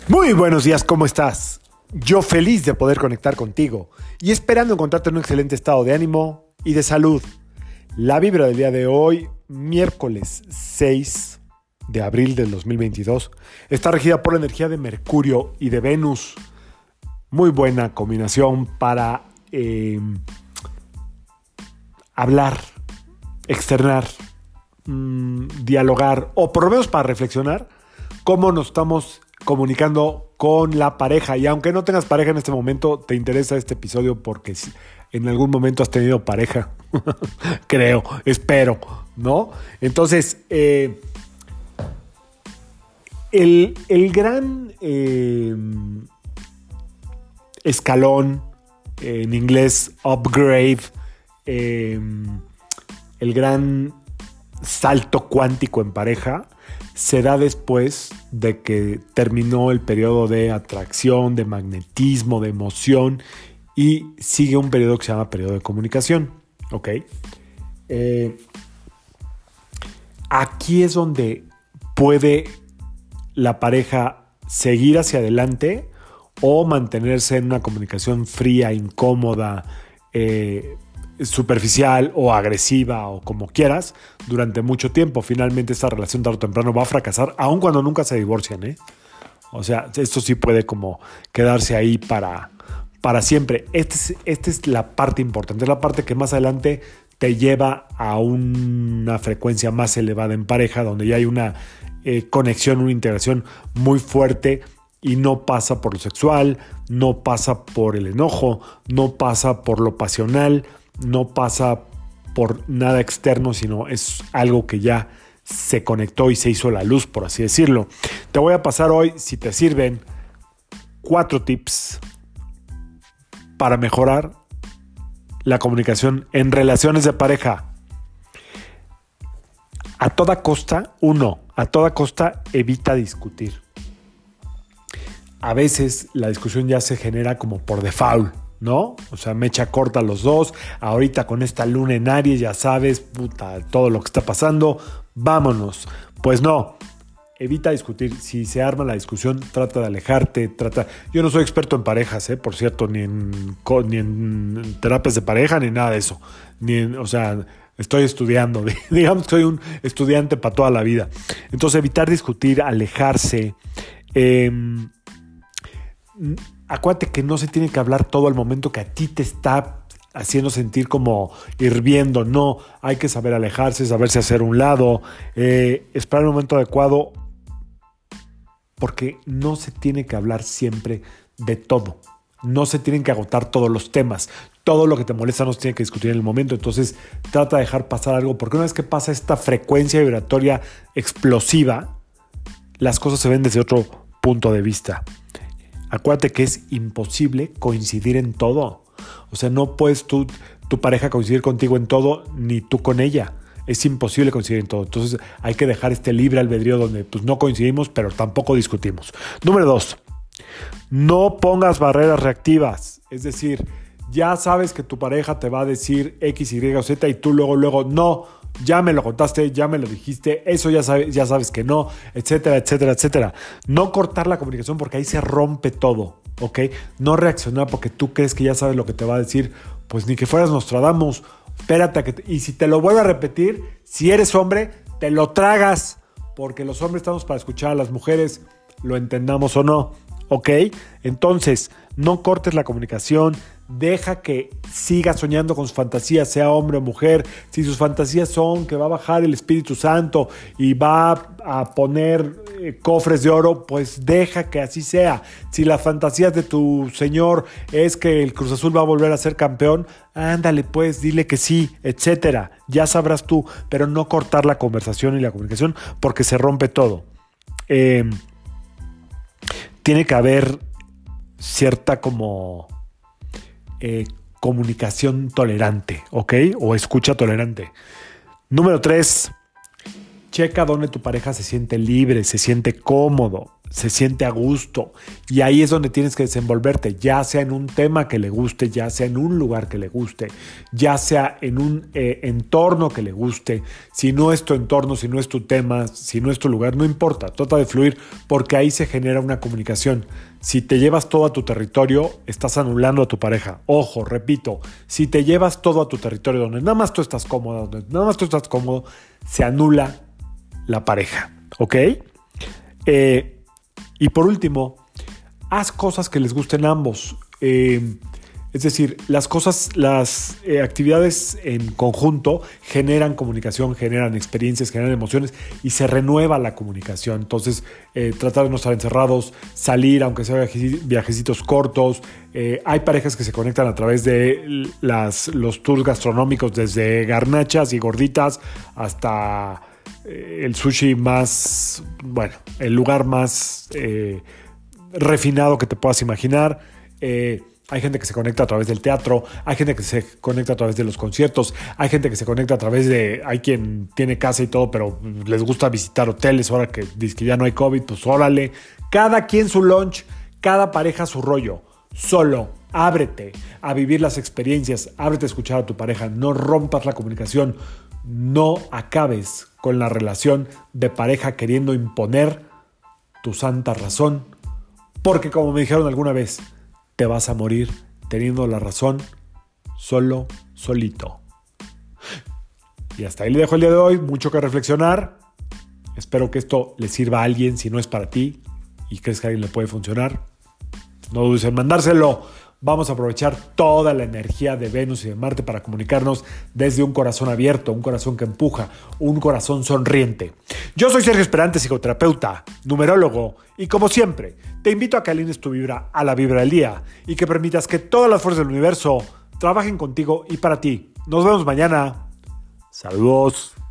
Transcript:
Muy buenos días, ¿cómo estás? Yo feliz de poder conectar contigo y esperando encontrarte en un excelente estado de ánimo y de salud. La vibra del día de hoy, miércoles 6 de abril del 2022, está regida por la energía de Mercurio y de Venus. Muy buena combinación para hablar, externar, dialogar o por lo menos para reflexionar cómo nos estamos comunicando con la pareja. Y aunque no tengas pareja en este momento, te interesa este episodio porque en algún momento has tenido pareja. Creo, espero, ¿no? Entonces, el gran escalón, en inglés upgrade, el gran salto cuántico en pareja se da después de que terminó el periodo de atracción, de magnetismo, de emoción y sigue un periodo que se llama periodo de comunicación. ¿Ok? Aquí es donde puede la pareja seguir hacia adelante o mantenerse en una comunicación fría, incómoda, superficial o agresiva o como quieras durante mucho tiempo. Finalmente esta relación tarde o temprano va a fracasar, aun cuando nunca se divorcian, ¿eh? O sea, esto sí puede como quedarse ahí para siempre. Esta es la parte importante, es la parte que más adelante te lleva a una frecuencia más elevada en pareja, donde ya hay una conexión, una integración muy fuerte y no pasa por lo sexual, no pasa por el enojo, no pasa por lo pasional, no pasa por nada externo, sino es algo que ya se conectó y se hizo la luz, por así decirlo. Te voy a pasar hoy, si te sirven, 4 tips para mejorar la comunicación en relaciones de pareja. A toda costa, evita discutir. A veces la discusión ya se genera como por default, ¿no? O sea, mecha corta los dos. Ahorita con esta luna en Aries, ya sabes, puta, todo lo que está pasando. Vámonos. Pues no. Evita discutir. Si se arma la discusión, trata de alejarte. Yo no soy experto en parejas, por cierto, ni en terapias de pareja, ni nada de eso. O sea, estoy estudiando. Digamos que soy un estudiante para toda la vida. Entonces, evitar discutir, alejarse. Acuérdate que no se tiene que hablar todo al momento que a ti te está haciendo sentir como hirviendo. No, hay que saber alejarse, saberse hacer un lado, esperar el momento adecuado, porque no se tiene que hablar siempre de todo. No se tienen que agotar todos los temas. Todo lo que te molesta no se tiene que discutir en el momento. Entonces trata de dejar pasar algo, porque una vez que pasa esta frecuencia vibratoria explosiva, las cosas se ven desde otro punto de vista. Acuérdate que es imposible coincidir en todo. O sea, no puedes tu pareja coincidir contigo en todo, ni tú con ella. Es imposible coincidir en todo. Entonces hay que dejar este libre albedrío donde pues, no coincidimos, pero tampoco discutimos. Número 2. No pongas barreras reactivas. Es decir, ya sabes que tu pareja te va a decir X, Y o Z y tú luego, no, ya me lo contaste, ya me lo dijiste, eso ya sabes que no, etcétera, etcétera, etcétera. No cortar la comunicación porque ahí se rompe todo, ¿ok? No reaccionar porque tú crees que ya sabes lo que te va a decir, pues ni que fueras Nostradamus. Espérate, y si te lo vuelvo a repetir, si eres hombre, te lo tragas, porque los hombres estamos para escuchar a las mujeres, lo entendamos o no, ¿ok? Entonces, no cortes la comunicación. Deja que siga soñando con sus fantasías, sea hombre o mujer. Si sus fantasías son que va a bajar el Espíritu Santo y va a poner cofres de oro, pues deja que así sea. Si las fantasías de tu señor es que el Cruz Azul va a volver a ser campeón, ándale pues, dile que sí, etcétera. Ya sabrás tú, pero no cortar la conversación y la comunicación porque se rompe todo. Tiene que haber cierta como comunicación tolerante, ¿ok? O escucha tolerante. Número 3, checa dónde tu pareja se siente libre, se siente cómodo. se siente a gusto. Y ahí es donde tienes que desenvolverte, ya sea en un tema que le guste, ya sea en un lugar que le guste, ya sea en un entorno que le guste. Si no es tu entorno, si no es tu tema, si no es tu lugar, no importa. Trata de fluir porque ahí se genera una comunicación. Si te llevas todo a tu territorio, estás anulando a tu pareja. Ojo, repito, si te llevas todo a tu territorio donde nada más tú estás cómodo, donde nada más tú estás cómodo, se anula la pareja. ¿Ok? Y por último, haz cosas que les gusten a ambos. Es decir, las actividades en conjunto generan comunicación, generan experiencias, generan emociones y se renueva la comunicación. Entonces, tratar de no estar encerrados, salir, aunque sea viajecitos cortos. Hay parejas que se conectan a través de los tours gastronómicos, desde garnachas y gorditas hasta el sushi más, bueno, el lugar más refinado que te puedas imaginar. Hay gente que se conecta a través del teatro, hay gente que se conecta a través de los conciertos, hay gente que se conecta a través de... Hay quien tiene casa y todo, pero les gusta visitar hoteles ahora que dice que ya no hay COVID, pues órale. Cada quien su lunch, cada pareja su rollo. Solo ábrete a vivir las experiencias, ábrete a escuchar a tu pareja, no rompas la comunicación, no acabes con la relación de pareja queriendo imponer tu santa razón, porque como me dijeron alguna vez, te vas a morir teniendo la razón solito. Y hasta ahí le dejo el día de hoy, mucho que reflexionar. Espero que esto le sirva a alguien. Si no es para ti y crees que a alguien le puede funcionar, no dudes en mandárselo. Vamos a aprovechar toda la energía de Venus y de Marte para comunicarnos desde un corazón abierto, un corazón que empuja, un corazón sonriente. Yo soy Sergio Esperante, psicoterapeuta, numerólogo, y como siempre, te invito a que alines tu vibra a la vibra del día y que permitas que todas las fuerzas del universo trabajen contigo y para ti. Nos vemos mañana. Saludos.